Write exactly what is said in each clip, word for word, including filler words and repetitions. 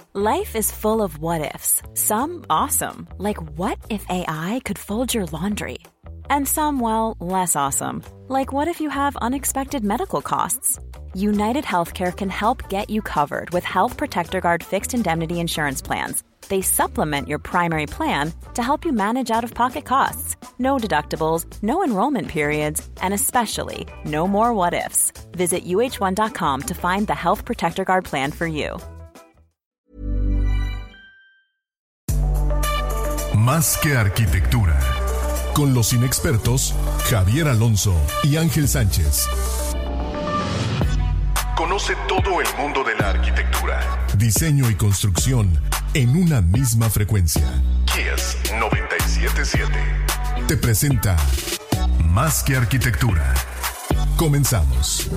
Life is full of what-ifs. Some awesome, like what if A I could fold your laundry? And some, well, less awesome, like what if you have unexpected medical costs? United Healthcare can help get you covered with Health Protector Guard fixed indemnity insurance plans. They supplement your primary plan to help you manage out-of-pocket costs. No deductibles, no enrollment periods, and especially no more what-ifs. Visit U H one dot com to find the Health Protector Guard plan for you. Más que arquitectura. Con los inexpertos Javier Alonso y Ángel Sánchez. Conoce todo el mundo de la arquitectura, diseño y construcción en una misma frecuencia. Kiss noventa y siete punto siete te presenta Más que arquitectura. Comenzamos.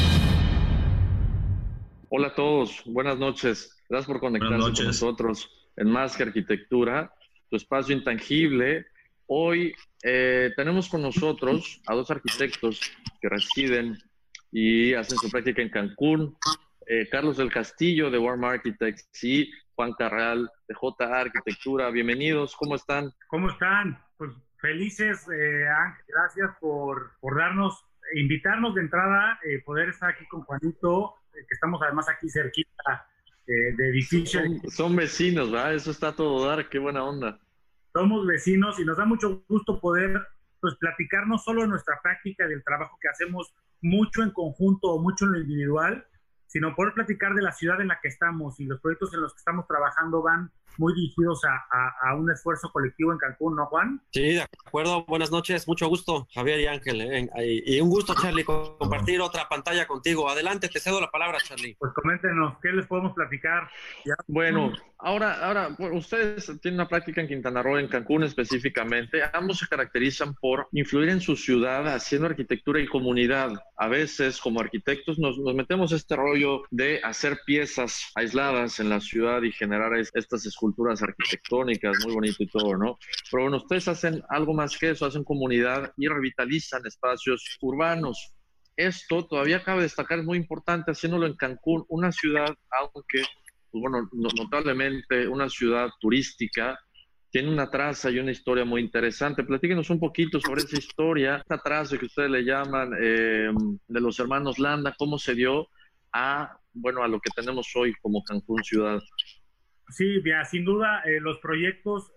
Hola a todos, buenas noches. Gracias por conectarse con nosotros en Más que arquitectura, tu espacio intangible. Hoy eh, tenemos con nosotros a dos arquitectos que residen y hacen su práctica en Cancún. Eh, Carlos del Castillo de Warm Architects y Juan Carral de J A Arquitectura. Bienvenidos, ¿cómo están? ¿Cómo están? Pues felices, eh, Ángel, gracias por, por darnos, invitarnos de entrada, eh, poder estar aquí con Juanito, eh, que estamos además aquí cerquita eh, de edificio. Son, son vecinos, ¿verdad? Eso está a todo dar, qué buena onda. Somos vecinos y nos da mucho gusto poder pues, platicar no solo de nuestra práctica, del trabajo que hacemos mucho en conjunto o mucho en lo individual, sino poder platicar de la ciudad en la que estamos, y los proyectos en los que estamos trabajando van muy dirigidos a, a, a un esfuerzo colectivo en Cancún, ¿no, Juan? Sí, de acuerdo. Buenas noches. Mucho gusto, Javier y Ángel. ¿eh? Y un gusto, Charlie, compartir otra pantalla contigo. Adelante, te cedo la palabra, Charlie. Pues coméntenos, ¿qué les podemos platicar? ¿Ya? Bueno, ahora, ahora bueno, ustedes tienen una práctica en Quintana Roo, en Cancún específicamente. Ambos se caracterizan por influir en su ciudad haciendo arquitectura y comunidad. A veces, como arquitectos, nos, nos metemos este rollo de hacer piezas aisladas en la ciudad y generar es, estas esculturas arquitectónicas, muy bonito y todo, ¿no? Pero bueno, ustedes hacen algo más que eso, hacen comunidad y revitalizan espacios urbanos. Esto todavía cabe destacar, es muy importante, haciéndolo en Cancún, una ciudad, aunque, pues bueno, notablemente una ciudad turística, tiene una traza y una historia muy interesante. Platíquenos un poquito sobre esa historia, esta traza que ustedes le llaman eh, de los hermanos Landa, cómo se dio a, bueno, a lo que tenemos hoy como Cancún ciudad. Sí, ya, sin duda, eh, los proyectos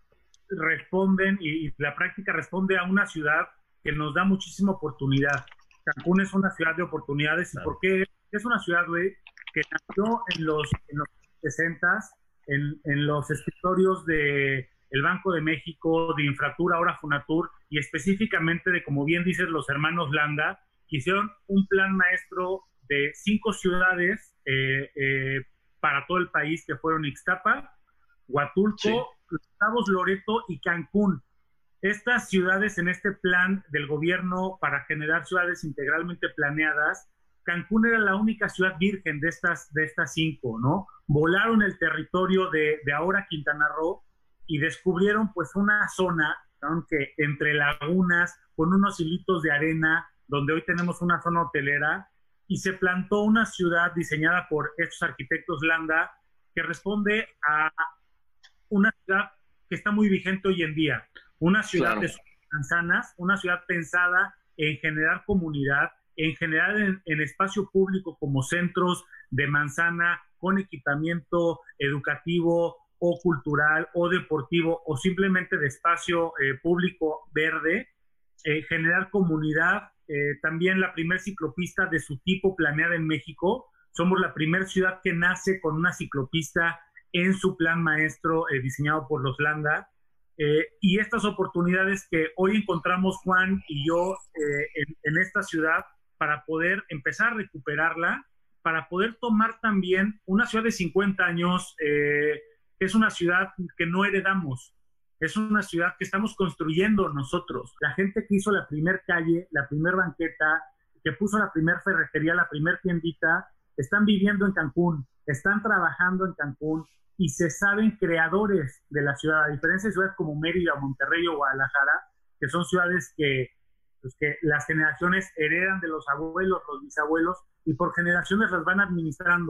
responden y, y la práctica responde a una ciudad que nos da muchísima oportunidad. Cancún es una ciudad de oportunidades. Claro. ¿Y por qué? Es una ciudad, güey, que nació en los, en los sesentas, en, en los escritorios de el Banco de México, de Infratur, ahora Funatur, y específicamente de, como bien dices, los hermanos Landa, que hicieron un plan maestro de cinco ciudades eh, eh, para todo el país, que fueron Ixtapa, Huatulco, sí. Los Cabos, Loreto y Cancún. Estas ciudades en este plan del gobierno para generar ciudades integralmente planeadas, Cancún era la única ciudad virgen de estas, de estas cinco, ¿no? Volaron el territorio de, de ahora Quintana Roo y descubrieron pues una zona, ¿no? Que entre lagunas, con unos hilitos de arena, donde hoy tenemos una zona hotelera, y se plantó una ciudad diseñada por estos arquitectos Landa que responde a una ciudad que está muy vigente hoy en día. Una ciudad claro. de manzanas, una ciudad pensada en generar comunidad, en generar en, en espacio público como centros de manzana con equipamiento educativo o cultural o deportivo o simplemente de espacio eh, público verde, eh, generar comunidad. Eh, también la primer ciclopista de su tipo planeada en México. Somos la primera ciudad que nace con una ciclopista en su plan maestro eh, diseñado por los Landa. Eh, y estas oportunidades que hoy encontramos Juan y yo eh, en, en esta ciudad para poder empezar a recuperarla, para poder tomar también una ciudad de cincuenta años, eh, que es una ciudad que no heredamos. Es una ciudad que estamos construyendo nosotros. La gente que hizo la primer calle, la primer banqueta, que puso la primer ferretería, la primer tiendita, están viviendo en Cancún, están trabajando en Cancún y se saben creadores de la ciudad, a diferencia de ciudades como Mérida, Monterrey o Guadalajara, que son ciudades que, pues, que las generaciones heredan de los abuelos, los bisabuelos, y por generaciones las van administrando.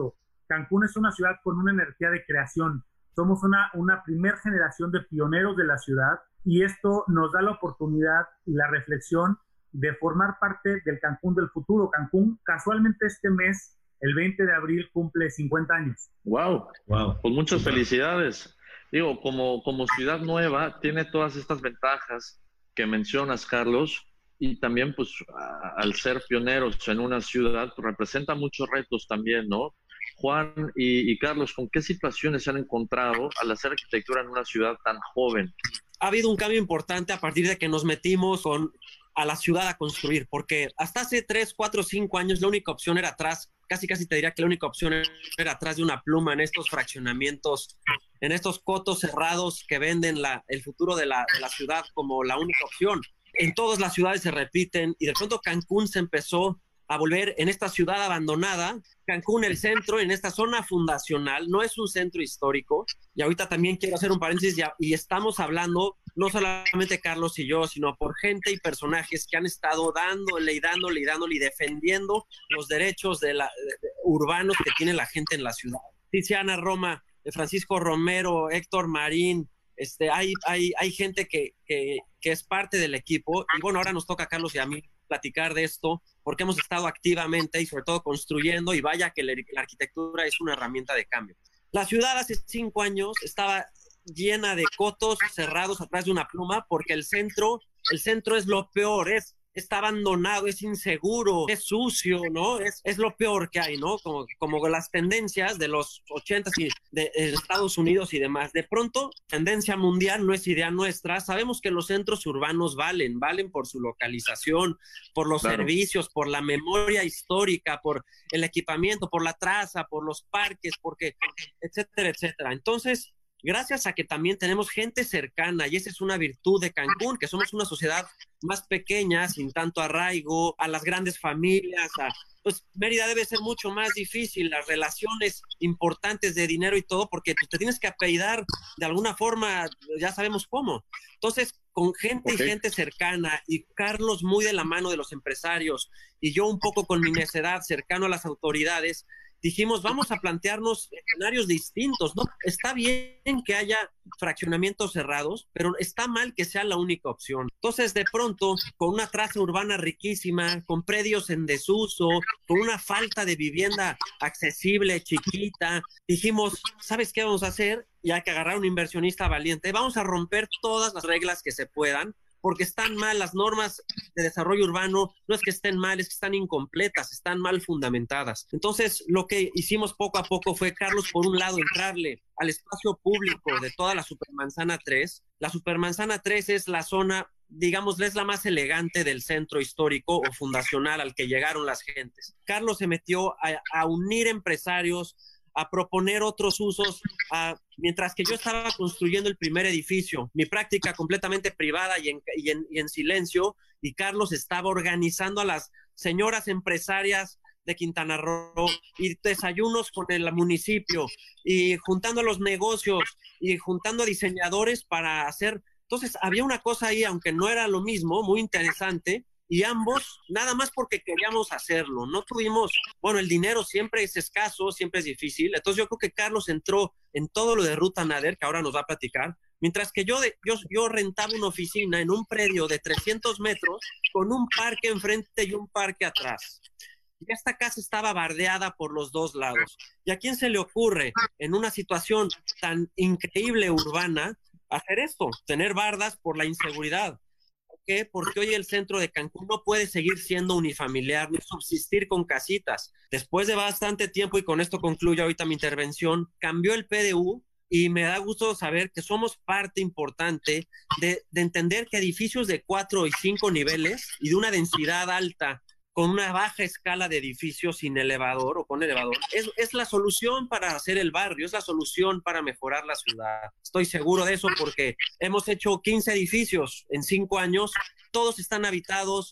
Cancún es una ciudad con una energía de creación. Somos una, una primer generación de pioneros de la ciudad y esto nos da la oportunidad y la reflexión de formar parte del Cancún del futuro. Cancún, casualmente este mes, el veinte de abril, cumple cincuenta años. ¡Wow! Wow. Pues muchas felicidades. Digo, como, como ciudad nueva, tiene todas estas ventajas que mencionas, Carlos, y también, pues, a, al ser pioneros en una ciudad, pues, representa muchos retos también, ¿no? Juan y, y Carlos, ¿con qué situaciones se han encontrado al hacer arquitectura en una ciudad tan joven? Ha habido un cambio importante a partir de que nos metimos con, a la ciudad a construir, porque hasta hace tres, cuatro, cinco años la única opción era atrás, casi casi te diría que la única opción era atrás de una pluma en estos fraccionamientos, en estos cotos cerrados que venden la, el futuro de la, de la ciudad como la única opción. En todas las ciudades se repiten y de pronto Cancún se empezó a volver en esta ciudad abandonada. Cancún, el centro, en esta zona fundacional, no es un centro histórico. Y ahorita también quiero hacer un paréntesis, ya, y estamos hablando, no solamente Carlos y yo, sino por gente y personajes que han estado dándole y dándole y dándole y defendiendo los derechos de la, de, de, urbanos que tiene la gente en la ciudad. Tiziana Roma, Francisco Romero, Héctor Marín, este, hay, hay, hay gente que, que, que es parte del equipo. Y bueno, ahora nos toca a Carlos y a mí platicar de esto, porque hemos estado activamente y sobre todo construyendo, y vaya que la, la arquitectura es una herramienta de cambio. La ciudad hace cinco años estaba llena de cotos cerrados atrás de una pluma, porque el centro, el centro es lo peor, es, está abandonado, es inseguro, es sucio, ¿no? Es, es lo peor que hay, ¿no? Como, como las tendencias de los ochentas y de, de Estados Unidos y demás. De pronto, tendencia mundial, no es idea nuestra. Sabemos que los centros urbanos valen, valen por su localización, por los claro. servicios, por la memoria histórica, por el equipamiento, por la traza, por los parques, porque, etcétera, etcétera. Entonces, gracias a que también tenemos gente cercana, y esa es una virtud de Cancún, que somos una sociedad más pequeña, sin tanto arraigo, a las grandes familias, a, pues Mérida debe ser mucho más difícil, las relaciones importantes de dinero y todo, porque pues, te tienes que apellidar de alguna forma, ya sabemos cómo. Entonces, con gente okay. y gente cercana, y Carlos muy de la mano de los empresarios, y yo un poco con mi necedad cercano a las autoridades, dijimos, vamos a plantearnos escenarios distintos, ¿no? Está bien que haya fraccionamientos cerrados, pero está mal que sea la única opción. Entonces, de pronto, con una traza urbana riquísima, con predios en desuso, con una falta de vivienda accesible, chiquita, dijimos, ¿sabes qué vamos a hacer? Y hay que agarrar a un inversionista valiente. Vamos a romper todas las reglas que se puedan, porque están mal las normas de desarrollo urbano, no es que estén mal, es que están incompletas, están mal fundamentadas. Entonces, lo que hicimos poco a poco fue, Carlos, por un lado, entrarle al espacio público de toda la Supermanzana tres. La Supermanzana tres es la zona, digamos, es la más elegante del centro histórico o fundacional al que llegaron las gentes. Carlos se metió a, a unir empresarios, a proponer otros usos, a, mientras que yo estaba construyendo el primer edificio, mi práctica completamente privada y en, y, en, y en silencio, y Carlos estaba organizando a las señoras empresarias de Quintana Roo, y desayunos con el municipio, y juntando a los negocios, y juntando a diseñadores para hacer. Entonces había una cosa ahí, aunque no era lo mismo, muy interesante, y ambos, nada más porque queríamos hacerlo, no tuvimos, bueno, el dinero siempre es escaso, siempre es difícil, entonces yo creo que Carlos entró en todo lo de Ruta Nader, que ahora nos va a platicar, mientras que yo, de, yo, yo rentaba una oficina en un predio de trescientos metros, con un parque enfrente y un parque atrás. Y esta casa estaba bardeada por los dos lados. ¿Y a quién se le ocurre, en una situación tan increíble urbana, hacer esto? Tener bardas por la inseguridad. ¿Por qué? Porque hoy el centro de Cancún no puede seguir siendo unifamiliar ni subsistir con casitas. Después de bastante tiempo, y con esto concluyo ahorita mi intervención, cambió el P D U, y me da gusto saber que somos parte importante de, de entender que edificios de cuatro y cinco niveles y de una densidad alta, con una baja escala de edificios sin elevador o con elevador, es, es la solución para hacer el barrio, es la solución para mejorar la ciudad. Estoy seguro de eso porque hemos hecho quince edificios en cinco años, todos están habitados,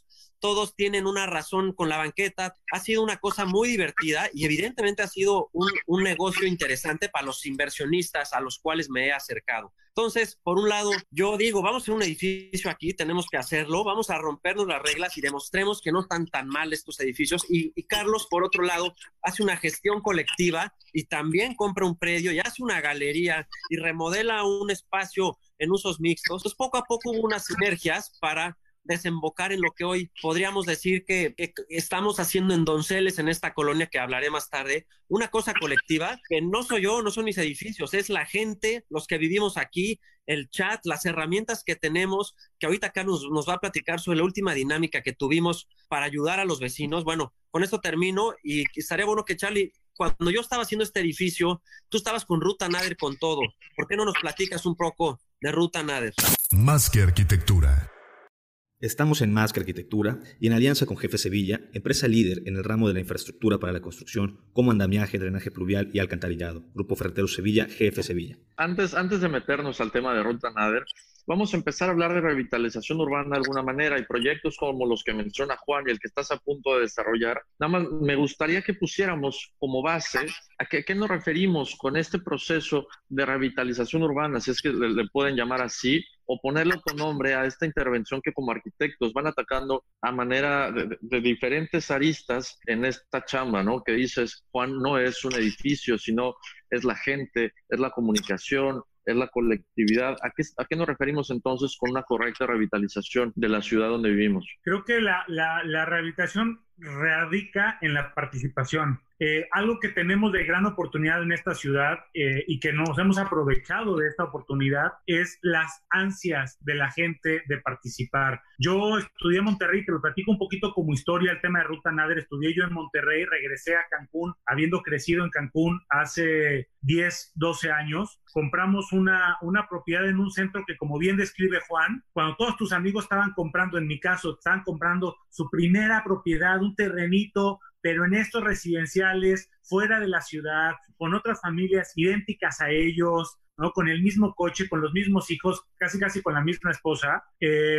todos tienen una razón con la banqueta. Ha sido una cosa muy divertida y evidentemente ha sido un, un negocio interesante para los inversionistas a los cuales me he acercado. Entonces, por un lado, yo digo, vamos a hacer un edificio aquí, tenemos que hacerlo, vamos a rompernos las reglas y demostremos que no están tan mal estos edificios. Y, y Carlos, por otro lado, hace una gestión colectiva y también compra un predio y hace una galería y remodela un espacio en usos mixtos. Entonces, poco a poco hubo unas sinergias para desembocar en lo que hoy podríamos decir que, que estamos haciendo en Donceles, en esta colonia que hablaré más tarde, una cosa colectiva que no soy yo, no son mis edificios, es la gente, los que vivimos aquí, el chat, las herramientas que tenemos, que ahorita acá nos, nos va a platicar sobre la última dinámica que tuvimos para ayudar a los vecinos. Bueno, con esto termino y estaría bueno que Charlie, cuando yo estaba haciendo este edificio, tú estabas con Ruta Nader con todo. ¿Por qué no nos platicas un poco de Ruta Nader? Más que arquitectura. Estamos en Más que Arquitectura y en alianza con G F Sevilla, empresa líder en el ramo de la infraestructura para la construcción, como andamiaje, drenaje pluvial y alcantarillado. Grupo Ferretero Sevilla, G F Sevilla. Antes, antes de meternos al tema de Ruta Nader, vamos a empezar a hablar de revitalización urbana de alguna manera y proyectos como los que menciona Juan y el que estás a punto de desarrollar. Nada más me gustaría que pusiéramos como base a qué, qué nos referimos con este proceso de revitalización urbana, si es que le, le pueden llamar así, o ponerle otro nombre a esta intervención que como arquitectos van atacando a manera de, de, de diferentes aristas en esta chamba, ¿no? Que dices, Juan, no es un edificio, sino es la gente, es la comunicación, es la colectividad. ¿A qué, a qué nos referimos entonces con una correcta revitalización de la ciudad donde vivimos? Creo que la, la, la rehabilitación radica en la participación. Eh, algo que tenemos de gran oportunidad en esta ciudad eh, y que nos hemos aprovechado de esta oportunidad es las ansias de la gente de participar. Yo estudié en Monterrey, te lo platico un poquito como historia, el tema de Ruta Nader. Estudié yo en Monterrey, regresé a Cancún, habiendo crecido en Cancún hace diez, doce años. Compramos una, una propiedad en un centro que, como bien describe Juan, cuando todos tus amigos estaban comprando, en mi caso, estaban comprando su primera propiedad, un terrenito, pero en estos residenciales, fuera de la ciudad, con otras familias idénticas a ellos, ¿no? Con el mismo coche, con los mismos hijos, casi casi con la misma esposa. Eh,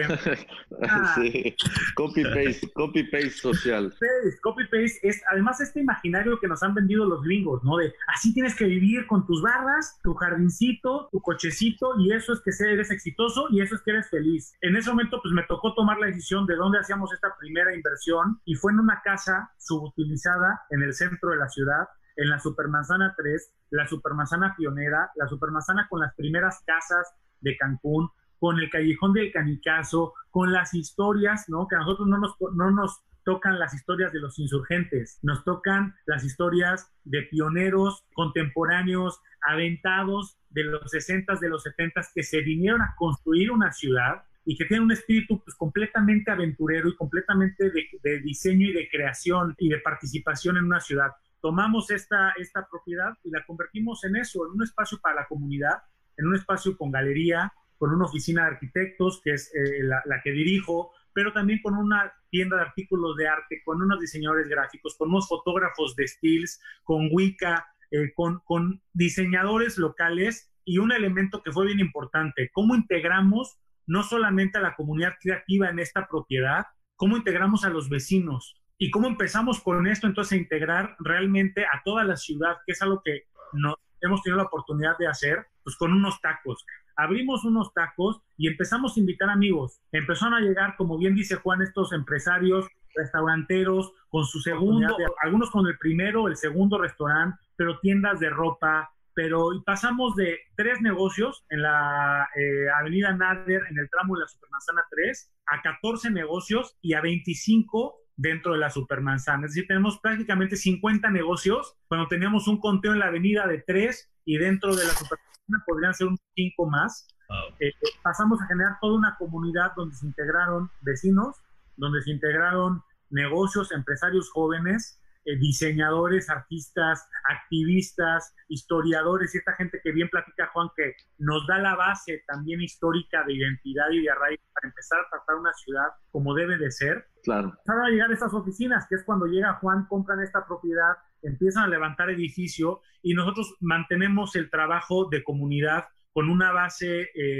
ah, sí, copy-paste, copy-paste social. Copy-paste es, además, este imaginario que nos han vendido los gringos, ¿no? De así tienes que vivir con tus barras, tu jardincito, tu cochecito, y eso es que eres exitoso y eso es que eres feliz. En ese momento, pues me tocó tomar la decisión de dónde hacíamos esta primera inversión y fue en una casa subutilizada en el centro de la ciudad, en la Supermanzana tres, la Supermanzana pionera, la Supermanzana con las primeras casas de Cancún, con el Callejón del Canicazo, con las historias, ¿no? Que a nosotros no nos, no nos tocan las historias de los insurgentes, nos tocan las historias de pioneros contemporáneos, aventados de los sesentas, de los setentas, que se vinieron a construir una ciudad y que tienen un espíritu pues completamente aventurero y completamente de, de diseño y de creación y de participación en una ciudad. Tomamos esta, esta propiedad y la convertimos en eso, en un espacio para la comunidad, en un espacio con galería, con una oficina de arquitectos, que es eh, la, la que dirijo, pero también con una tienda de artículos de arte, con unos diseñadores gráficos, con unos fotógrafos de stills, con Wicca, eh, con, con diseñadores locales, y un elemento que fue bien importante, cómo integramos no solamente a la comunidad creativa en esta propiedad, cómo integramos a los vecinos. ¿Y cómo empezamos con esto entonces a integrar realmente a toda la ciudad, que es algo que nos hemos tenido la oportunidad de hacer? Pues con unos tacos. Abrimos unos tacos y empezamos a invitar amigos. Empezaron a llegar, como bien dice Juan, estos empresarios, restauranteros, con su segundo, algunos con el primero, el segundo restaurante, pero tiendas de ropa, pero y pasamos de tres negocios en la eh, Avenida Nader, en el tramo de la Supermanzana tres, a catorce negocios y a veinticinco dentro de la Supermanzana. Es decir, tenemos prácticamente cincuenta negocios, cuando teníamos un conteo en la avenida de tres y dentro de la Supermanzana podrían ser un cinco más. Wow. Eh, pasamos a generar toda una comunidad donde se integraron vecinos, donde se integraron negocios, empresarios jóvenes, eh, diseñadores, artistas, activistas, historiadores y esta gente que bien platica Juan, que nos da la base también histórica de identidad y de arraigo para empezar a tratar una ciudad como debe de ser. Claro. Empezaron a llegar estas oficinas, que es cuando llega Juan, compran esta propiedad, empiezan a levantar edificio y nosotros mantenemos el trabajo de comunidad con una base eh,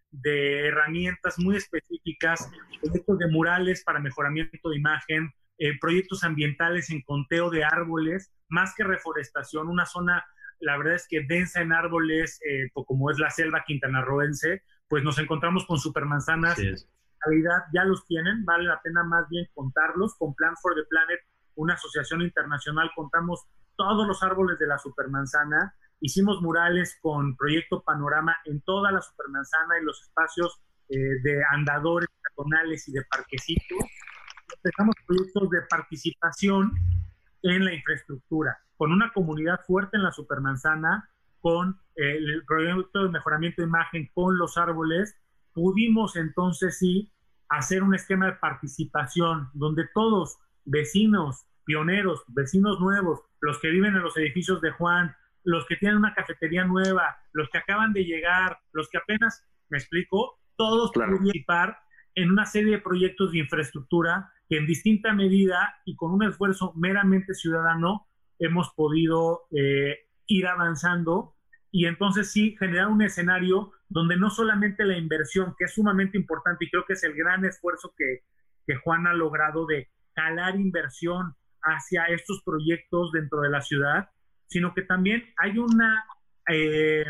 de herramientas muy específicas, proyectos de murales para mejoramiento de imagen, eh, proyectos ambientales en conteo de árboles, más que reforestación, una zona, la verdad es que densa en árboles, eh, como es la selva quintanarroense, pues nos encontramos con supermanzanas, sí, calidad, ya los tienen, vale la pena más bien contarlos. Con Plan for the Planet, una asociación internacional, contamos todos los árboles de la supermanzana, hicimos murales con Proyecto Panorama en toda la supermanzana y los espacios eh, de andadores peatonales y de parquecitos. Empezamos proyectos de participación en la infraestructura, con una comunidad fuerte en la supermanzana, con eh, el proyecto de mejoramiento de imagen, con los árboles. Pudimos entonces sí hacer un esquema de participación donde todos, vecinos, pioneros, vecinos nuevos, los que viven en los edificios de Juan, los que tienen una cafetería nueva, los que acaban de llegar, los que apenas, me explico, todos claro. Pudieron participar en una serie de proyectos de infraestructura que en distinta medida y con un esfuerzo meramente ciudadano hemos podido eh, ir avanzando, y entonces sí generar un escenario donde no solamente la inversión, que es sumamente importante y creo que es el gran esfuerzo que, que Juan ha logrado de jalar inversión hacia estos proyectos dentro de la ciudad, sino que también hay una eh,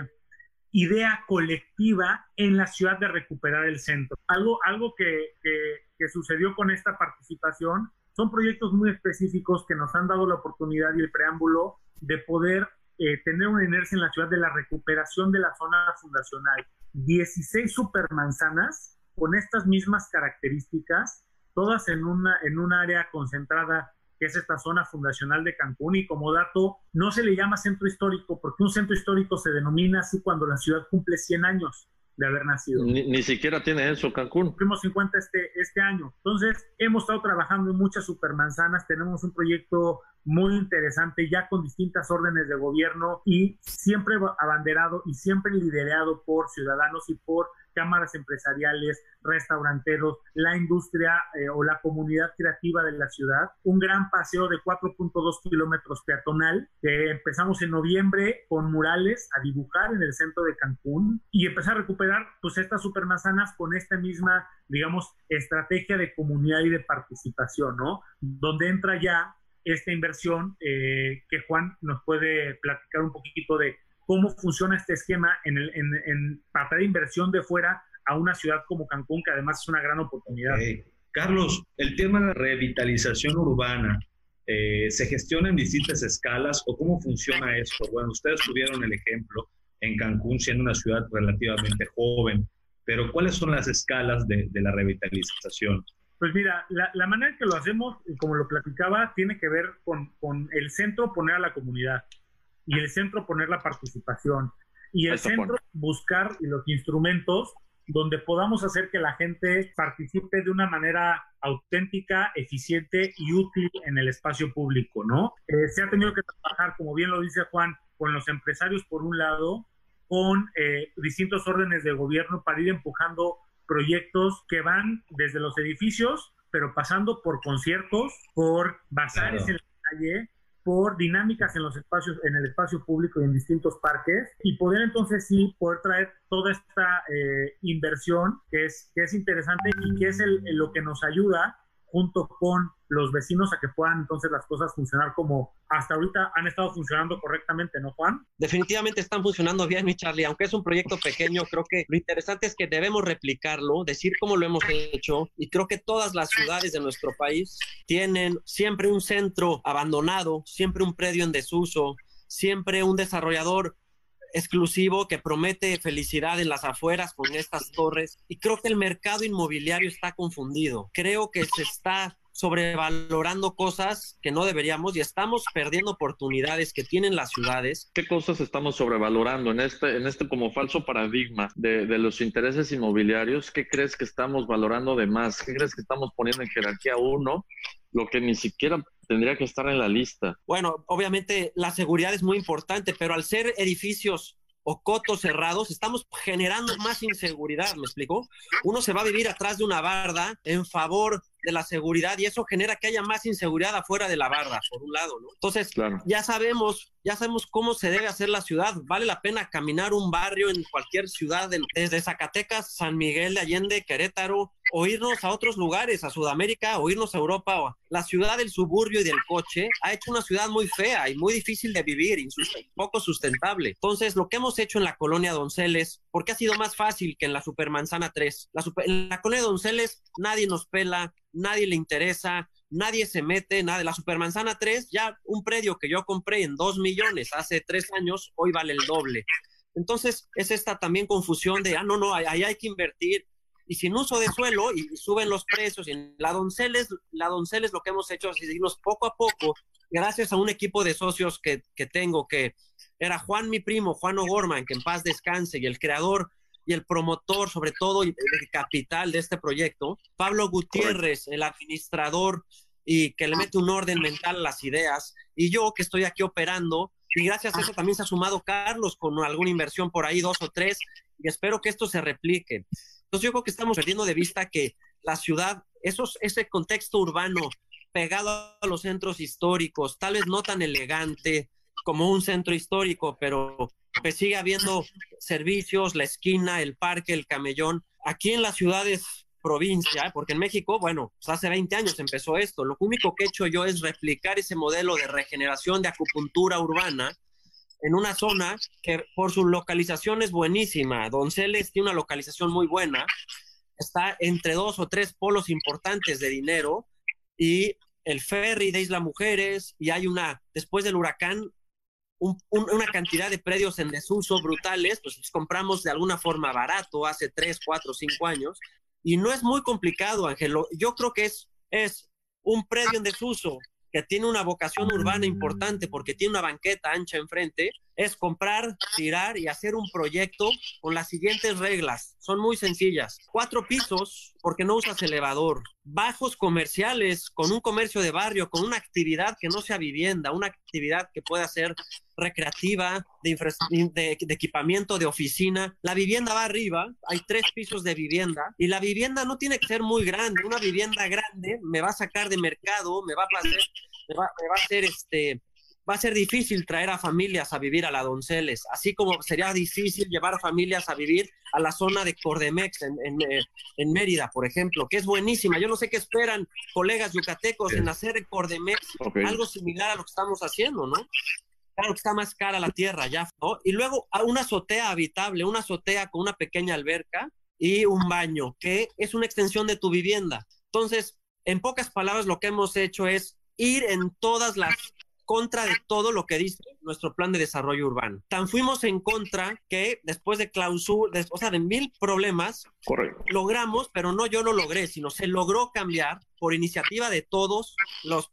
idea colectiva en la ciudad de recuperar el centro. Algo, algo que, que, que sucedió con esta participación son proyectos muy específicos que nos han dado la oportunidad y el preámbulo de poder eh, tener una inercia en la ciudad de la recuperación de la zona fundacional. dieciséis supermanzanas con estas mismas características, todas en una en un área concentrada que es esta zona fundacional de Cancún, y como dato, no se le llama centro histórico, porque un centro histórico se denomina así cuando la ciudad cumple cien años de haber nacido. Ni, ni siquiera tiene eso Cancún. Cumplimos cincuenta este, este año. Entonces, hemos estado trabajando en muchas supermanzanas, tenemos un proyecto muy interesante ya con distintas órdenes de gobierno y siempre abanderado y siempre liderado por ciudadanos y por cámaras empresariales, restauranteros, la industria eh, o la comunidad creativa de la ciudad. Un gran paseo de cuatro punto dos kilómetros peatonal que empezamos en noviembre con murales a dibujar en el centro de Cancún y empezar a recuperar pues estas supermanzanas con esta misma, digamos, estrategia de comunidad y de participación, ¿no? Donde entra ya esta inversión eh, que Juan nos puede platicar un poquito de cómo funciona este esquema en, el, en, en para traer inversión de fuera a una ciudad como Cancún, que además es una gran oportunidad. Okay. Carlos, el tema de la revitalización urbana, eh, ¿se gestiona en distintas escalas o cómo funciona esto? Bueno, ustedes tuvieron el ejemplo en Cancún, siendo una ciudad relativamente joven, pero ¿cuáles son las escalas de, de la revitalización? Pues mira, la, la manera en que lo hacemos, como lo platicaba, tiene que ver con, con el centro poner a la comunidad y el centro poner la participación y el Eso centro pone. buscar los instrumentos donde podamos hacer que la gente participe de una manera auténtica, eficiente y útil en el espacio público, ¿no? Eh, se ha tenido que trabajar, como bien lo dice Juan, con los empresarios por un lado, con eh, distintos órdenes de gobierno para ir empujando proyectos que van desde los edificios, pero pasando por conciertos, por bazares claro. en la calle, por dinámicas en los espacios, en el espacio público y en distintos parques, y poder entonces sí poder traer toda esta eh, inversión que es, que es interesante y que es el, el, lo que nos ayuda junto con los vecinos a que puedan entonces las cosas funcionar como hasta ahorita han estado funcionando correctamente, ¿no, Juan? Definitivamente están funcionando bien, mi Charlie, aunque es un proyecto pequeño, creo que lo interesante es que debemos replicarlo, decir cómo lo hemos hecho, y creo que todas las ciudades de nuestro país tienen siempre un centro abandonado, siempre un predio en desuso, siempre un desarrollador exclusivo que promete felicidad en las afueras con estas torres, y creo que el mercado inmobiliario está confundido. Creo que se está sobrevalorando cosas que no deberíamos y estamos perdiendo oportunidades que tienen las ciudades. ¿Qué cosas estamos sobrevalorando en este, en este como falso paradigma de, de los intereses inmobiliarios? ¿Qué crees que estamos valorando de más? ¿Qué crees que estamos poniendo en jerarquía uno? Lo que ni siquiera tendría que estar en la lista. Bueno, obviamente la seguridad es muy importante, pero al ser edificios o cotos cerrados, estamos generando más inseguridad, ¿me explico? Uno se va a vivir atrás de una barda en favor de la seguridad y eso genera que haya más inseguridad afuera de la barra, por un lado, ¿no? Entonces, claro. ya sabemos, ya sabemos cómo se debe hacer la ciudad. Vale la pena caminar un barrio en cualquier ciudad, desde Zacatecas, San Miguel de Allende, Querétaro, o irnos a otros lugares, a Sudamérica, o irnos a Europa. O la ciudad del suburbio y del coche ha hecho una ciudad muy fea y muy difícil de vivir, poco sustentable. Entonces, lo que hemos hecho en la colonia Donceles, porque ha sido más fácil que en la Supermanzana tres. La super, en la colonia Donceles nadie nos pela, nadie le interesa, nadie se mete, nada. La Supermanzana tres, ya un predio que yo compré en dos millones hace tres años, hoy vale el doble. Entonces, es esta también confusión de, ah, no, no, ahí hay que invertir. Y sin uso de suelo, y suben los precios. Y en la Donceles, la Donceles lo que hemos hecho es irnos poco a poco, gracias a un equipo de socios que, que tengo, que era Juan, mi primo, Juan O'Gorman, que en paz descanse, y el creador y el promotor, sobre todo, y el capital de este proyecto, Pablo Gutiérrez, el administrador, y que le mete un orden mental a las ideas, y yo que estoy aquí operando, y gracias a eso también se ha sumado Carlos con alguna inversión por ahí, dos o tres, y espero que esto se replique. Entonces yo creo que estamos perdiendo de vista que la ciudad, esos, ese contexto urbano pegado a los centros históricos, tal vez no tan elegante como un centro histórico, pero que sigue habiendo servicios, la esquina, el parque, el camellón. Aquí en las ciudades provincia, porque en México, bueno, pues hace veinte años empezó esto. Lo único que he hecho yo es replicar ese modelo de regeneración, de acupuntura urbana, en una zona que por su localización es buenísima. Donceles tiene una localización muy buena, está entre dos o tres polos importantes de dinero y el ferry de Isla Mujeres, y hay una, después del huracán, un, un, una cantidad de predios en desuso brutales, pues los compramos de alguna forma barato hace tres, cuatro, cinco años, y no es muy complicado, Ángelo. Yo creo que es, es un predio en desuso que tiene una vocación urbana importante porque tiene una banqueta ancha enfrente, es comprar, tirar y hacer un proyecto con las siguientes reglas. Son muy sencillas. Cuatro pisos, porque no usas elevador. Bajos comerciales, con un comercio de barrio, con una actividad que no sea vivienda, una actividad que pueda ser recreativa, de, infra de, de equipamiento, de oficina. La vivienda va arriba, hay tres pisos de vivienda, y la vivienda no tiene que ser muy grande. Una vivienda grande me va a sacar de mercado, me va a hacer, me va, me va a hacer este... va a ser difícil traer a familias a vivir a la Donceles, así como sería difícil llevar a familias a vivir a la zona de Cordemex en, en, en Mérida, por ejemplo, que es buenísima. Yo no sé qué esperan colegas yucatecos sí. en hacer en Cordemex okay. algo similar a lo que estamos haciendo, ¿no? Claro que está más cara la tierra ya, ¿no? Y luego una azotea habitable, una azotea con una pequeña alberca y un baño, que es una extensión de tu vivienda. Entonces, en pocas palabras, lo que hemos hecho es ir en todas las contra de todo lo que dice nuestro plan de desarrollo urbano. Tan fuimos en contra que después de clausura, o sea, de mil problemas, correcto, logramos, pero no yo lo logré, sino se logró cambiar por iniciativa de todos los...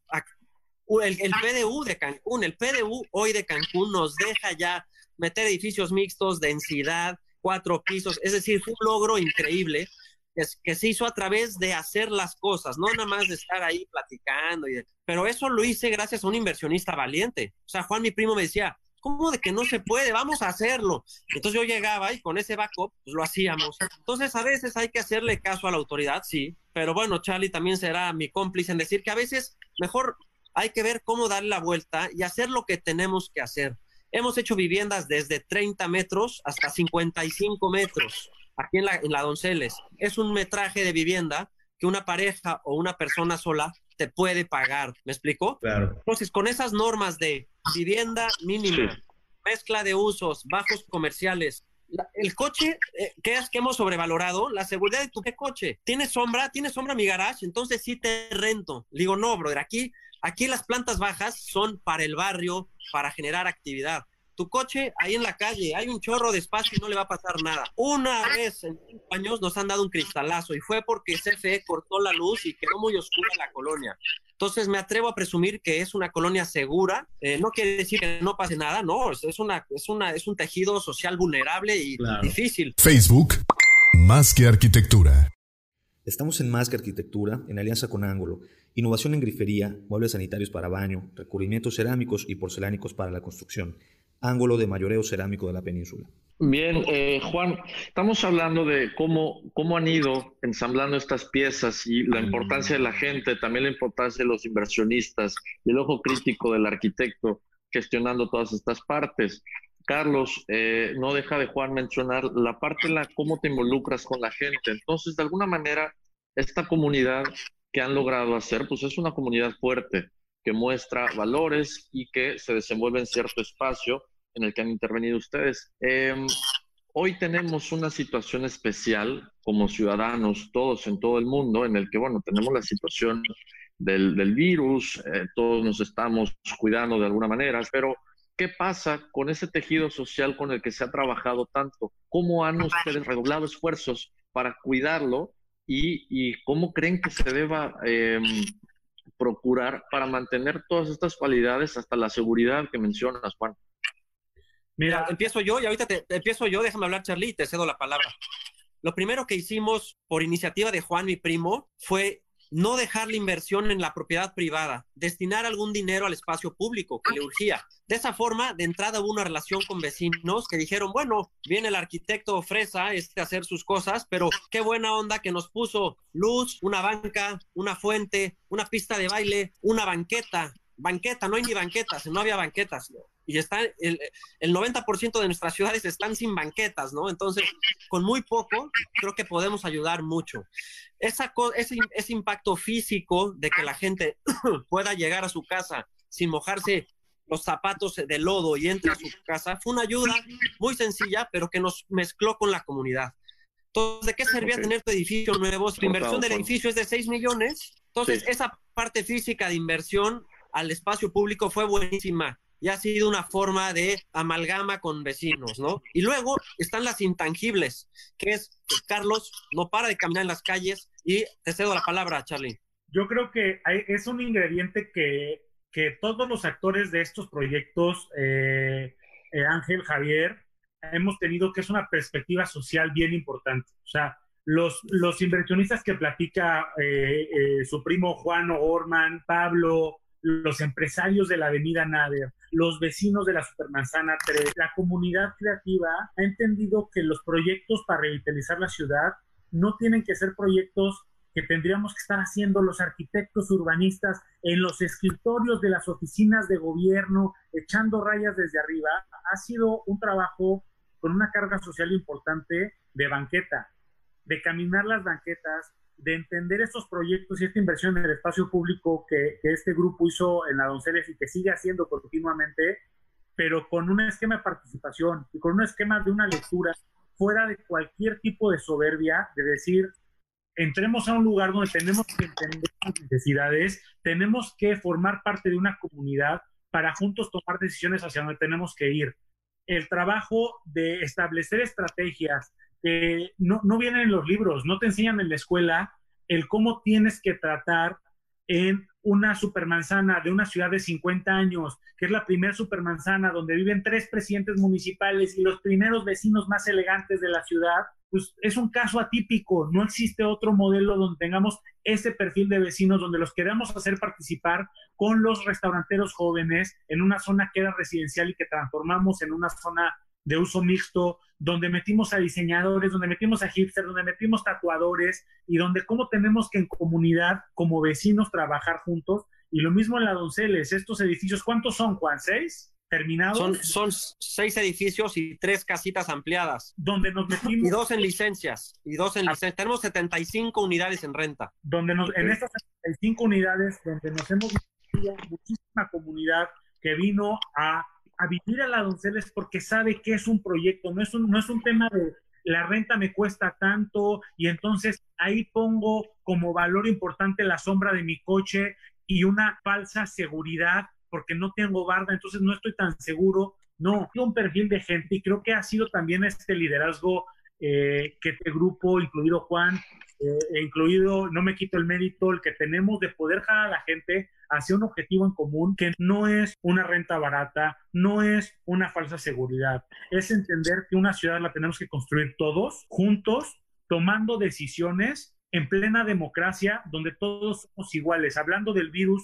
El, el P D U de Cancún, el P D U hoy de Cancún nos deja ya meter edificios mixtos, densidad, cuatro pisos, es decir, fue un logro increíble es que se hizo a través de hacer las cosas, no nada más de estar ahí platicando. Y de, pero eso lo hice gracias a un inversionista valiente. O sea, Juan, mi primo, me decía, ¿cómo de que no se puede? Vamos a hacerlo. Entonces yo llegaba y con ese backup pues lo hacíamos. Entonces a veces hay que hacerle caso a la autoridad, sí, pero bueno, Charlie también será mi cómplice en decir que a veces mejor hay que ver cómo darle la vuelta y hacer lo que tenemos que hacer. Hemos hecho viviendas desde treinta metros hasta cincuenta y cinco metros. Aquí en la, en la Donceles, es un metraje de vivienda que una pareja o una persona sola te puede pagar, ¿me explico? Claro. Entonces, con esas normas de vivienda mínima, sí. mezcla de usos, bajos comerciales, la, el coche, eh, que es que hemos sobrevalorado, la seguridad de tu ¿qué coche? ¿Tienes sombra? ¿Tienes sombra mi garage? Entonces sí te rento. Le digo, no, brother, aquí, aquí las plantas bajas son para el barrio, para generar actividad. Tu coche ahí en la calle, hay un chorro de espacio y no le va a pasar nada. Una vez en cinco años nos han dado un cristalazo y fue porque C F E cortó la luz y quedó muy oscura la colonia. Entonces me atrevo a presumir que es una colonia segura. Eh, no quiere decir que no pase nada, no, es, una, es, una, es un tejido social vulnerable y claro. difícil. Facebook, Más que Arquitectura. Estamos en Más que Arquitectura, en alianza con Ángulo. Innovación en grifería, muebles sanitarios para baño, recubrimientos cerámicos y porcelánicos para la construcción. ángulo de mayoreo cerámico de la península. Bien, eh, Juan, estamos hablando de cómo, cómo han ido ensamblando estas piezas y la importancia de la gente, también la importancia de los inversionistas y el ojo crítico del arquitecto gestionando todas estas partes. Carlos, eh, no deja de Juan mencionar la parte en la cómo te involucras con la gente. Entonces, de alguna manera, esta comunidad que han logrado hacer, pues es una comunidad fuerte, que muestra valores y que se desenvuelve en cierto espacio en el que han intervenido ustedes. Eh, hoy tenemos una situación especial como ciudadanos, todos en todo el mundo, en el que, bueno, tenemos la situación del, del virus, eh, todos nos estamos cuidando de alguna manera, pero ¿qué pasa con ese tejido social con el que se ha trabajado tanto? ¿Cómo han ustedes redoblado esfuerzos para cuidarlo y, y cómo creen que se deba eh, procurar para mantener todas estas cualidades hasta la seguridad que mencionas, Juan? Mira, empiezo yo y ahorita te, te empiezo yo, déjame hablar, Charlie, y te cedo la palabra. Lo primero que hicimos por iniciativa de Juan, mi primo, fue no dejar la inversión en la propiedad privada, destinar algún dinero al espacio público que le urgía. De esa forma, de entrada hubo una relación con vecinos que dijeron, bueno, viene el arquitecto Fresa este, a hacer sus cosas, pero qué buena onda que nos puso luz, una banca, una fuente, una pista de baile, una banqueta. Banqueta, no hay ni banquetas, no había banquetas, ¿no? Y está el, el noventa por ciento de nuestras ciudades están sin banquetas, ¿no? Entonces, con muy poco, creo que podemos ayudar mucho. Esa, ese, ese impacto físico de que la gente pueda llegar a su casa sin mojarse los zapatos de lodo y entre a su casa, fue una ayuda muy sencilla, pero que nos mezcló con la comunidad. Entonces, ¿de qué servía okay. tener tu edificio nuevo? Tu inversión del edificio es de seis millones. Entonces, sí. esa parte física de inversión al espacio público fue buenísima y ha sido una forma de amalgama con vecinos, ¿no? Y luego están las intangibles, que es que Carlos no para de caminar en las calles y te cedo la palabra, Charlie. Yo creo que hay, es un ingrediente que, que todos los actores de estos proyectos, eh, eh, Ángel, Javier, hemos tenido, que es una perspectiva social bien importante. O sea, los, los inversionistas que platica eh, eh, su primo Juan O'Gorman, Pablo, los empresarios de la Avenida Nader, los vecinos de la Supermanzana tres, la comunidad creativa ha entendido que los proyectos para revitalizar la ciudad no tienen que ser proyectos que tendríamos que estar haciendo los arquitectos urbanistas en los escritorios de las oficinas de gobierno, echando rayas desde arriba. Ha sido un trabajo con una carga social importante de banqueta, de caminar las banquetas, de entender estos proyectos y esta inversión en el espacio público que, que este grupo hizo en la Donceles y que sigue haciendo continuamente, pero con un esquema de participación y con un esquema de una lectura fuera de cualquier tipo de soberbia, de decir, entremos a un lugar donde tenemos que entender las necesidades, tenemos que formar parte de una comunidad para juntos tomar decisiones hacia donde tenemos que ir. El trabajo de establecer estrategias, Eh, no, no vienen en los libros, no te enseñan en la escuela el cómo tienes que tratar en una supermanzana de una ciudad de cincuenta años, que es la primera supermanzana donde viven tres presidentes municipales y los primeros vecinos más elegantes de la ciudad. Pues es un caso atípico, no existe otro modelo donde tengamos ese perfil de vecinos, donde los queramos hacer participar con los restauranteros jóvenes en una zona que era residencial y que transformamos en una zona de uso mixto, donde metimos a diseñadores, donde metimos a hipsters, donde metimos tatuadores y donde cómo tenemos que en comunidad, como vecinos, trabajar juntos. Y lo mismo en la Donceles, estos edificios, ¿cuántos son, Juan? ¿Seis? ¿Terminados? Son, son seis edificios y tres casitas ampliadas. Donde nos metimos... Y dos en licencias. Y dos en licencias. Tenemos setenta y cinco unidades en renta. Donde nos, en estas setenta y cinco unidades, donde nos hemos metido muchísima comunidad que vino a a vivir a la Donceles porque sabe que es un proyecto, no es un, no es un tema de la renta me cuesta tanto y entonces ahí pongo como valor importante la sombra de mi coche y una falsa seguridad porque no tengo barda, entonces no estoy tan seguro. No, hay un perfil de gente y creo que ha sido también este liderazgo eh, que este grupo, incluido Juan, eh, incluido, no me quito el mérito, el que tenemos de poder jalar a la gente hacia un objetivo en común que no es una renta barata, no es una falsa seguridad, es entender que una ciudad la tenemos que construir todos, juntos, tomando decisiones en plena democracia, donde todos somos iguales. Hablando del virus,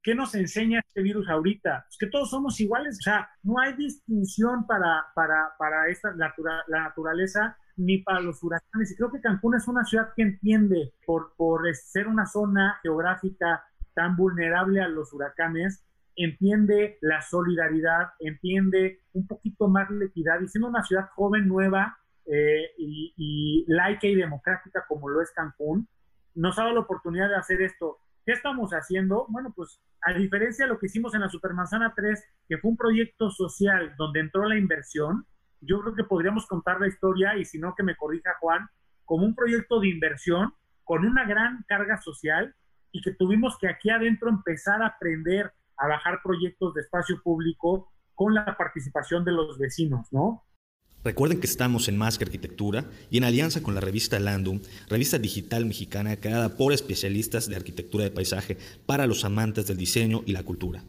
¿qué nos enseña este virus ahorita? Pues que todos somos iguales, o sea, no hay distinción para, para, para esta, natura, la naturaleza ni para los huracanes. Y creo que Cancún es una ciudad que entiende, por, por ser una zona geográfica tan vulnerable a los huracanes, entiende la solidaridad, entiende un poquito más la equidad, y siendo una ciudad joven, nueva eh, y, y laica y democrática como lo es Cancún, nos ha dado la oportunidad de hacer esto. ¿Qué estamos haciendo? Bueno, pues a diferencia de lo que hicimos en la Supermanzana tres, que fue un proyecto social donde entró la inversión, yo creo que podríamos contar la historia, y si no que me corrija Juan, como un proyecto de inversión con una gran carga social, y que tuvimos que aquí adentro empezar a aprender a bajar proyectos de espacio público con la participación de los vecinos, ¿no? Recuerden que estamos en Más que Arquitectura y en alianza con la revista Landum, revista digital mexicana creada por especialistas de arquitectura de paisaje para los amantes del diseño y la cultura.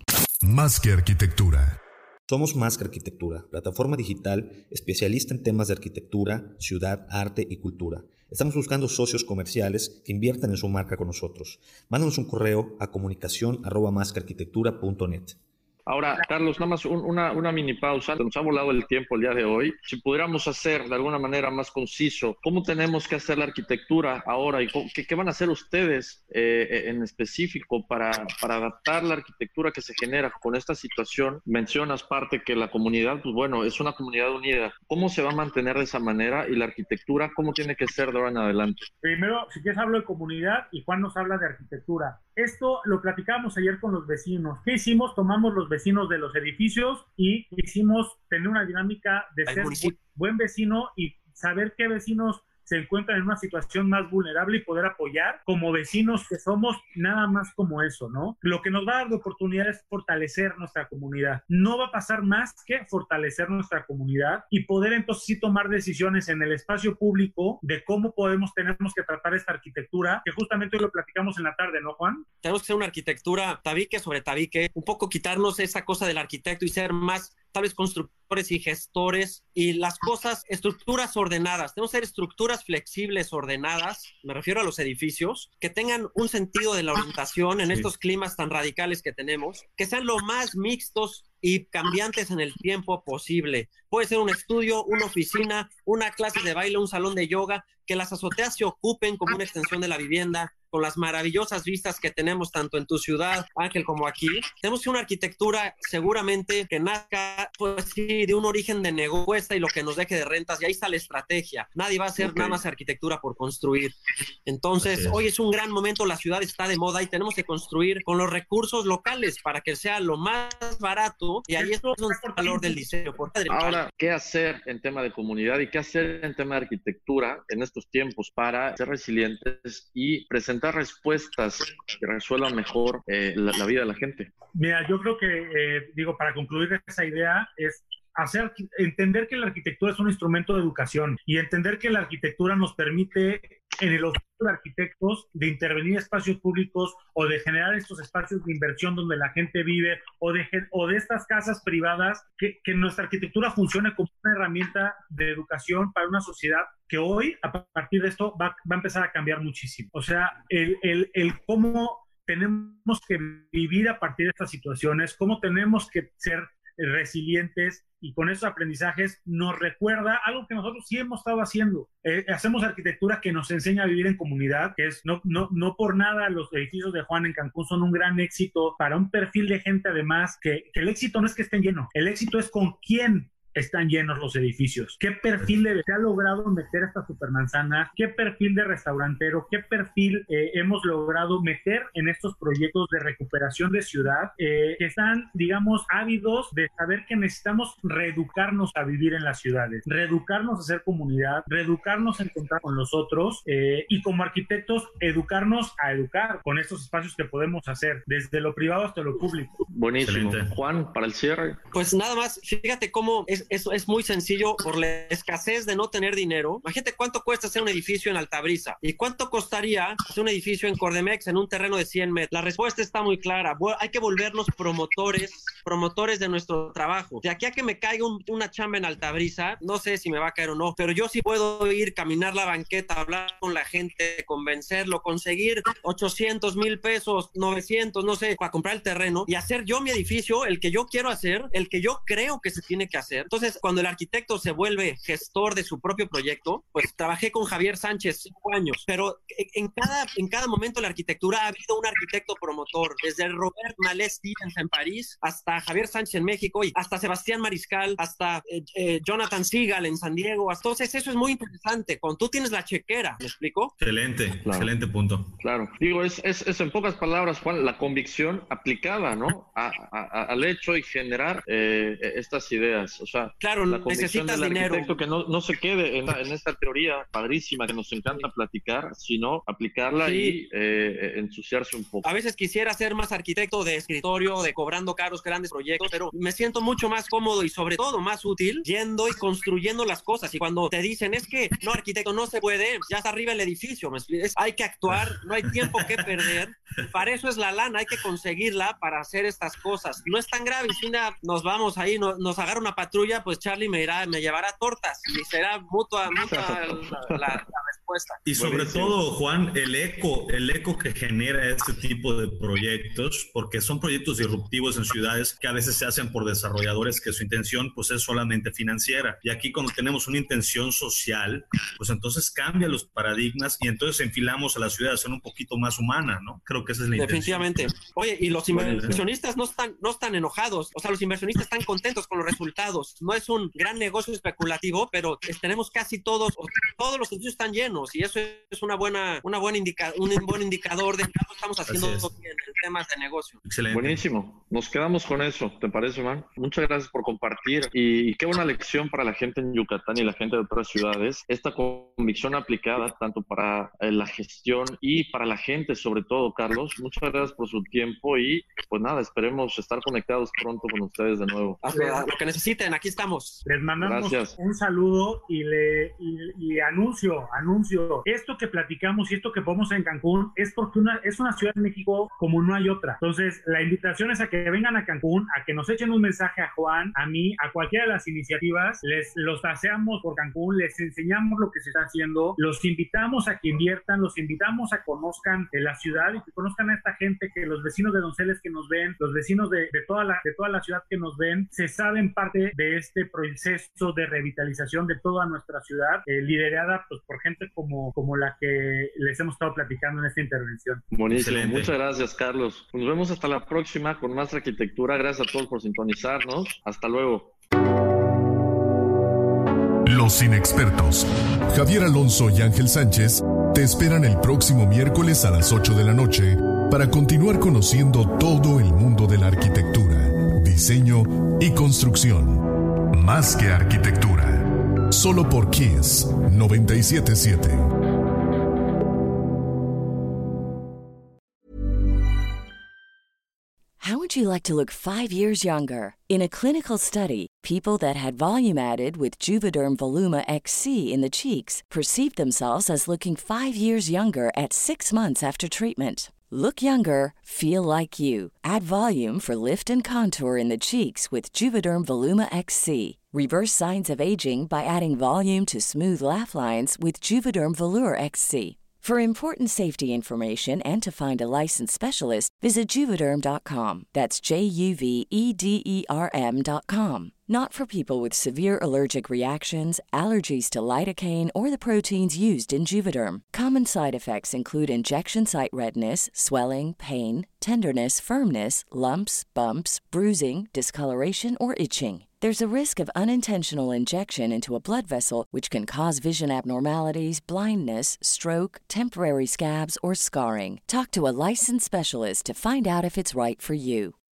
Más que Arquitectura. Somos Más que Arquitectura, plataforma digital especialista en temas de arquitectura, ciudad, arte y cultura. Estamos buscando socios comerciales que inviertan en su marca con nosotros. Mándanos un correo a comunicación arroba más que arquitectura punto net. Ahora, Carlos, nada más un, una, una mini pausa. Nos ha volado el tiempo el día de hoy. Si pudiéramos hacer de alguna manera más conciso, ¿cómo tenemos que hacer la arquitectura ahora? ¿Y qué, qué van a hacer ustedes eh, en específico para, para adaptar la arquitectura que se genera con esta situación? Mencionas parte que la comunidad, pues bueno, es una comunidad unida. ¿Cómo se va a mantener de esa manera? Y la arquitectura, ¿cómo tiene que ser de ahora en adelante? Primero, si quieres, hablo de comunidad y Juan nos habla de arquitectura. Esto lo platicábamos ayer con los vecinos. ¿Qué hicimos? Tomamos los vecinos de los edificios y hicimos tener una dinámica de ser bu- buen vecino y saber qué vecinos se encuentran en una situación más vulnerable y poder apoyar como vecinos que somos, nada más como eso, ¿no? Lo que nos va a dar de oportunidad es fortalecer nuestra comunidad. No va a pasar más que fortalecer nuestra comunidad y poder entonces sí tomar decisiones en el espacio público de cómo podemos, tenemos que tratar esta arquitectura, que justamente hoy lo platicamos en la tarde, ¿no, Juan? Tenemos que hacer una arquitectura tabique sobre tabique, un poco quitarnos esa cosa del arquitecto y ser más tal vez constructores y gestores, y las cosas, estructuras ordenadas. Tenemos que ser estructuras flexibles, ordenadas, me refiero a los edificios, que tengan un sentido de la orientación en sí. Estos climas tan radicales que tenemos, que sean lo más mixtos y cambiantes en el tiempo posible. Puede ser un estudio, una oficina, una clase de baile, un salón de yoga, que las azoteas se ocupen como una extensión de la vivienda, con las maravillosas vistas que tenemos tanto en tu ciudad, Ángel, como aquí. Tenemos una arquitectura seguramente que nazca, pues sí, de un origen de negocio y lo que nos deje de rentas, y ahí está la estrategia. Nadie va a hacer okay. nada más arquitectura por construir. Entonces, es. hoy es un gran momento, la ciudad está de moda y tenemos que construir con los recursos locales para que sea lo más barato, y ahí es donde está el valor del diseño. Por Ahora, ¿qué hacer en tema de comunidad y qué hacer en tema de arquitectura en estos tiempos para ser resilientes y presentar respuestas que resuelvan mejor eh, la, la vida de la gente? Mira, yo creo que, eh, digo, para concluir esa idea es hacer, entender que la arquitectura es un instrumento de educación y entender que la arquitectura nos permite en el oficio de arquitectos de intervenir en espacios públicos o de generar estos espacios de inversión donde la gente vive o de, o de estas casas privadas, que, que nuestra arquitectura funcione como una herramienta de educación para una sociedad que hoy, a partir de esto, va, va a empezar a cambiar muchísimo. O sea, el, el, el cómo tenemos que vivir a partir de estas situaciones, cómo tenemos que ser resilientes, y con esos aprendizajes nos recuerda algo que nosotros sí hemos estado haciendo. Eh, hacemos arquitectura que nos enseña a vivir en comunidad, que es no, no, no por nada los edificios de Juan en Cancún son un gran éxito para un perfil de gente, además, que, que el éxito no es que estén llenos, el éxito es con quién están llenos los edificios. ¿Qué perfil de, se ha logrado meter esta Supermanzana? ¿Qué perfil de restaurantero? ¿Qué perfil eh, hemos logrado meter en estos proyectos de recuperación de ciudad? Eh, que están, digamos, ávidos de saber que necesitamos reeducarnos a vivir en las ciudades, reeducarnos a ser comunidad, reeducarnos a encontrar con los otros eh, y como arquitectos educarnos a educar con estos espacios que podemos hacer desde lo privado hasta lo público. Buenísimo. Excelente. Juan, para el cierre. Pues nada más, fíjate cómo es eso es muy sencillo por la escasez de no tener dinero. Imagínate cuánto cuesta hacer un edificio en Altabrisa y cuánto costaría hacer un edificio en Cordemex en un terreno de cien metros. La respuesta está muy clara. Hay que volvernos promotores, promotores de nuestro trabajo. De aquí a que me caiga un, una chamba en Altabrisa, no sé si me va a caer o no, pero yo sí puedo ir, caminar la banqueta, hablar con la gente, convencerlo, conseguir ochocientos mil pesos, novecientos, no sé, para comprar el terreno y hacer yo mi edificio, el que yo quiero hacer, el que yo creo que se tiene que hacer. Entonces, cuando el arquitecto se vuelve gestor de su propio proyecto, pues trabajé con Javier Sánchez cinco años, pero en cada, en cada momento de la arquitectura ha habido un arquitecto promotor, desde Robert Mallet Stevens en París, hasta Javier Sánchez en México, y hasta Sebastián Mariscal, hasta eh, eh, Jonathan Seagal en San Diego. Entonces, eso es muy interesante. Cuando tú tienes la chequera, ¿me explico? Excelente, claro. Excelente punto. Claro. Digo, es, es, es en pocas palabras, Juan, la convicción aplicada, ¿no? A, a, al hecho y generar eh, estas ideas. O sea, claro, la convicción necesitas del dinero. arquitecto que no, no se quede en, en esta teoría padrísima que nos encanta platicar, sino aplicarla sí. y eh, ensuciarse un poco. A veces quisiera ser más arquitecto de escritorio, de cobrando caros grandes proyectos, pero me siento mucho más cómodo y sobre todo más útil yendo y construyendo las cosas. Y cuando te dicen, es que no, arquitecto, no se puede, ya está arriba el edificio, ¿me explicas? Hay que actuar, no hay tiempo que perder. Para eso es la lana, hay que conseguirla para hacer estas cosas. No es tan grave, y si nos vamos ahí, nos, nos agarra una patrulla, pues Charlie me, irá, me llevará tortas y será mutua, mutua la, la, la respuesta. Y sobre Buenísimo. todo, Juan, el eco, el eco que genera este tipo de proyectos, porque son proyectos disruptivos en ciudades que a veces se hacen por desarrolladores que su intención pues es solamente financiera. Y aquí cuando tenemos una intención social, pues entonces cambia los paradigmas y entonces enfilamos a la ciudad a ser un poquito más humana, ¿no? Creo que esa es la Definitivamente. intención. Oye, y los inversionistas no están, no están enojados, o sea, los inversionistas están contentos con los resultados. No es un gran negocio especulativo, pero tenemos casi todos, todos los edificios están llenos y eso es una buena, una buena indica, un buen indicador de que estamos haciendo bien en temas de negocio. Excelente. Buenísimo. Nos quedamos con eso, ¿te parece, man? Muchas gracias por compartir y, y qué buena lección para la gente en Yucatán y la gente de otras ciudades. Esta convicción aplicada tanto para eh, la gestión y para la gente, sobre todo, Carlos. Muchas gracias por su tiempo y pues nada, esperemos estar conectados pronto con ustedes de nuevo. Hasta lo que necesiten, aquí estamos. Les mandamos gracias. un saludo y le y, y anuncio, anuncio. Esto que platicamos y esto que podemos en Cancún es porque una, es una ciudad de México como no hay otra. Entonces, la invitación es a que vengan a Cancún, a que nos echen un mensaje a Juan, a mí, a cualquiera de las iniciativas, les los paseamos por Cancún, les enseñamos lo que se está haciendo, los invitamos a que inviertan, los invitamos a que conozcan de la ciudad y que conozcan a esta gente, que los vecinos de Donceles que nos ven, los vecinos de, de, toda, la, de toda la ciudad que nos ven, se saben parte de este proceso de revitalización de toda nuestra ciudad, eh, liderada pues, por gente como, como la que les hemos estado platicando en esta intervención. Buenísimo, Excelente. Muchas gracias, Carlos. Nos vemos hasta la próxima con más arquitectura. Gracias a todos por sintonizarnos. Hasta luego. Los inexpertos, Javier Alonso y Ángel Sánchez, te esperan el próximo miércoles a las ocho de la noche para continuar conociendo todo el mundo de la arquitectura, diseño y construcción. Más que arquitectura. Solo por Kiss noventa y siete punto siete. How would you like to look five years younger? In a clinical study, people that had volume added with Juvederm Voluma X C in the cheeks perceived themselves as looking five years younger at six months after treatment. Look younger, feel like you. Add volume for lift and contour in the cheeks with Juvederm Voluma X C. Reverse signs of aging by adding volume to smooth laugh lines with Juvederm Volure X C. For important safety information and to find a licensed specialist, visit Juvederm dot com. That's J U V E D E R M dot com. Not for people with severe allergic reactions, allergies to lidocaine, or the proteins used in Juvederm. Common side effects include injection site redness, swelling, pain, tenderness, firmness, lumps, bumps, bruising, discoloration, or itching. There's a risk of unintentional injection into a blood vessel, which can cause vision abnormalities, blindness, stroke, temporary scabs, or scarring. Talk to a licensed specialist to find out if it's right for you.